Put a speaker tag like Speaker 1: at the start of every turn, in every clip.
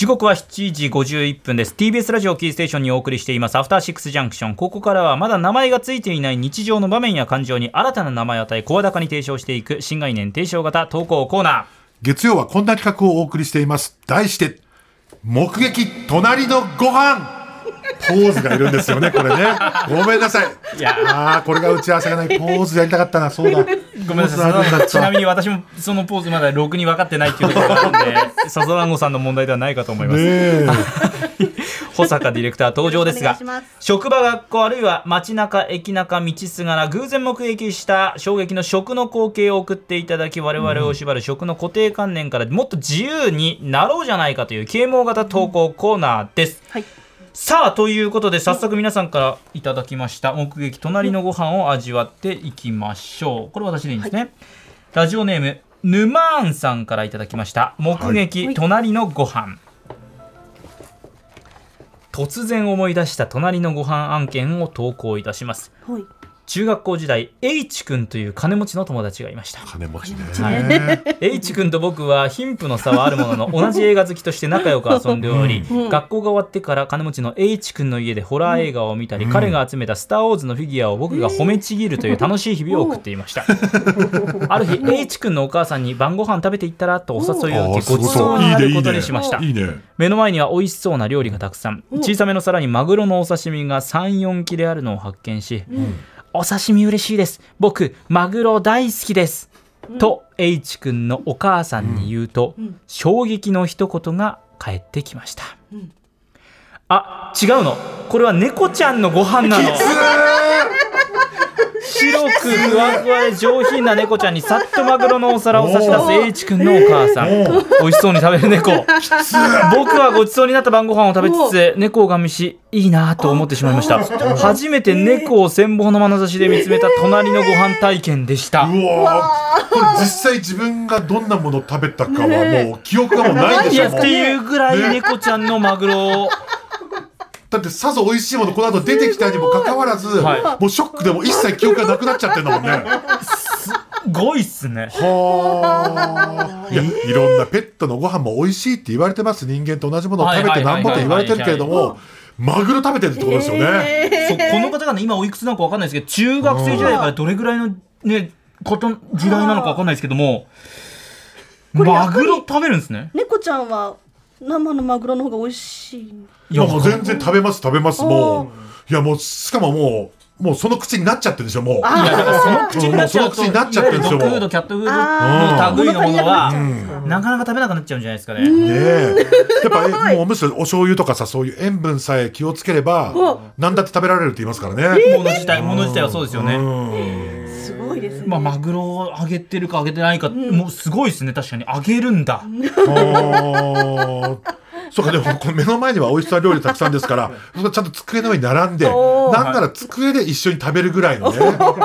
Speaker 1: 時刻は7時51分です。 TBS ラジオキーステーションにお送りしていますアフターシックスジャンクション。ここからはまだ名前がついていない日常の場面や感情に新たな名前を与え声高に提唱していく新概念提唱型投稿コーナー。
Speaker 2: 月曜はこんな企画をお送りしています。題して目撃隣のご飯。ポーズがいるんですよね、これね。ごめんなさい。いやこれが打ち合わせがない。ポーズやりたかったな。そうだ、
Speaker 1: ごめんなさい。ちなみに私もそのポーズまだろくに分かってないっていうところがあるんでサザランゴさんの問題ではないかと思います。保坂ディレクター登場ですが、職場、学校、あるいは街中、駅中、道すがら偶然目撃した衝撃の食の光景を送っていただき、我々を縛る食の固定観念からもっと自由になろうじゃないかという啓蒙型投稿コーナーです。はい、さあということで早速皆さんからいただきました目撃隣のご飯を味わっていきましょう。これ私でいいんですね。はい、ラジオネームヌマーンさんからいただきました目撃隣のご飯。突然思い出した隣のご飯案件を投稿いたします。はい、中学校時代 H 君という金持ちの友達がいました。
Speaker 2: 金持ちね、
Speaker 1: はい、H 君と僕は貧富の差はあるものの同じ映画好きとして仲良く遊んでおり、学校が終わってから金持ちの H 君の家でホラー映画を見たり、彼が集めたスターウォーズのフィギュアを僕が褒めちぎるという楽しい日々を送っていました。ある日 H 君のお母さんに晩ご飯食べていったらとお誘いを受け、ごちそうになることにしました。目の前には美味しそうな料理がたくさん、小さめの皿にマグロのお刺身が 3,4 切れあるのを発見し、お刺身嬉しいです、僕マグロ大好きです、と H 君のお母さんに言うと、衝撃の一言が返ってきました。あ、違うの、これは猫ちゃんのご飯なの。白くふわふわで上品な猫ちゃんにさっとマグロのお皿を差し出す H 君のお母さん。美味しそうに食べる猫。僕はごちそうになった晩ご飯を食べつつ猫をガン見し、いいなと思ってしまいました。初めて猫を羨望の眼差しで見つめた隣のご飯体験でした。
Speaker 2: うわ、これ実際自分がどんなものを食べたかはもう記憶がもうないでしょ。
Speaker 1: っていうぐらい猫ちゃんのマグロを
Speaker 2: だってさぞ美味しいものこの後出てきたにもかかわらず、もうショックでも一切記憶がなくなっちゃってんだもんね。
Speaker 1: すごいっすね。
Speaker 2: はあ、いや、いろんなペットのご飯も美味しいって言われてます。人間と同じものを食べてなんぼって言われてるけれども、マグロ食べてるってことですよね。
Speaker 1: そう、この方がね、今おいくつなのか分かんないですけど、中学生時代からどれぐらいのね時代なのか分かんないですけども、マグロ食べるんですね。
Speaker 3: 猫ちゃんは生のマグロの方が美味しい。
Speaker 2: いや、もう全然食べます。もう、いや、もうしかももうその口になっちゃってるでしょ。もう、いや、だからその口になっちゃうと、ドッグフード、キャットフードの類のものはなかなか食べなくなっちゃうんじゃないですかね。やっぱもうむしろお醤油とかさ、そういう塩分さえ気をつければ何だって食べられるって言いますからね。
Speaker 1: もの自体はそうですよね。
Speaker 3: すごいですね。
Speaker 1: マグロを揚げてるか揚げてないか、もうすごいですね。確かに揚げるんだ。
Speaker 2: そうか、でもこの目の前には美味しそうな料理たくさんですから、ちゃんと机の上に並んで、なんなら机で一緒に食べるぐらいのね。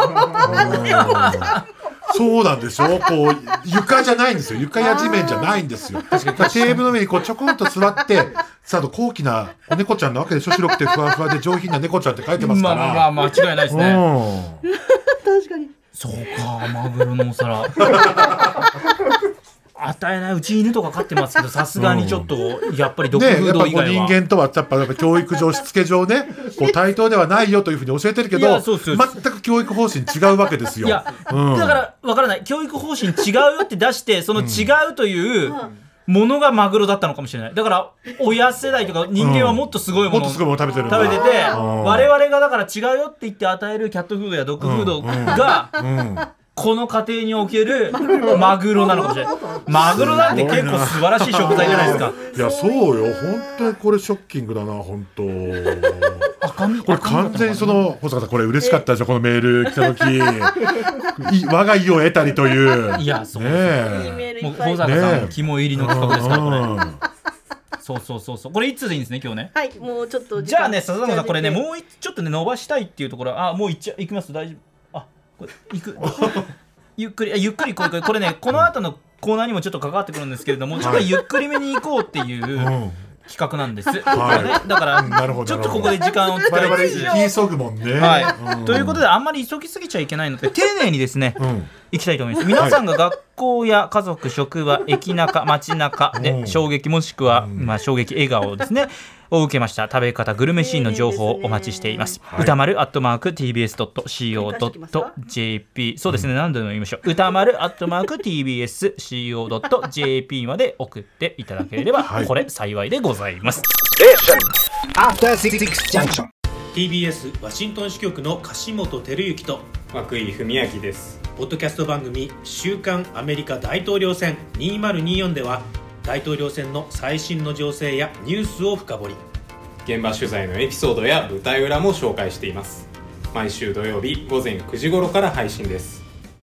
Speaker 2: そうなんですよ。こう床じゃないんですよ。床や地面じゃないんですよ。確かにテーブルの上にこうちょこんと座って、さあと高貴なお猫ちゃんなわけでしょ。白くてふわふわで上品な猫ちゃんって書いてますから。
Speaker 1: まあ間違いないですね。
Speaker 3: 確かに。
Speaker 1: そうか、マグロのお皿。与えない、うち犬とか飼ってますけど、さすがにちょっとやっぱりドッグフード以外は、
Speaker 2: 人間とはやっぱ教育上しつけ上ね、こう対等ではないよというふうに教えてるけど、全く教育方針違うわけですよ。いや、
Speaker 1: だから分からない。教育方針違うよって出して、その違うというものがマグロだったのかもしれない。だから親世代とか人間はもっとすごいものを食べてて、我々がだから違うよって言って与えるキャットフードやドッグフードがこの家庭におけるマグロなのかもしれない。マグロなんて結構素晴らしい食材じゃないですか。
Speaker 2: いや、そうよ。本当にこれショッキングだな、本当。これ完全に保坂さん、これ嬉しかったでしょ、このメール来た時。我が意を得たりという。
Speaker 1: いや、そうですね。保坂さんの肝入りの企画ですから、これ。そう。これいつでいいんですね、今日ね。
Speaker 3: はい、もうちょっと。
Speaker 1: じゃあね、笹野さん、これね、もうちょっとね、伸ばしたいっていうところ、もう行きます、大丈夫。これ行くゆっくりこれね、この後のコーナーにもちょっちょっと関わってくるんですけれども、ちょっとゆっくりめに行こうっていう企画なんです。だからちょっとここで時間を使いつつ、
Speaker 2: 我々急ぐもんね。
Speaker 1: ということで、あんまり急ぎすぎちゃいけないので、丁寧にですね、 いきたいと思います。皆さんが学校や家族、職場、駅中、街中で衝撃もしくは、衝撃笑顔ですねを受けました食べ方グルメシーンの情報をお待ちしています。歌丸@tbs.co.jp そうですね、何度も言いましょう。歌丸@tbs.co.jp まで送っていただければ、これ幸いでございます。
Speaker 4: TBS ワシントン支局の樫本照之と
Speaker 5: 涌井文明です。
Speaker 4: ポッドキャスト番組週刊アメリカ大統領選2024では大統領選の最新の情勢やニュースを深掘り、
Speaker 5: 現場取材のエピソードや舞台裏も紹介しています。毎週土曜日午前9時頃から配信です。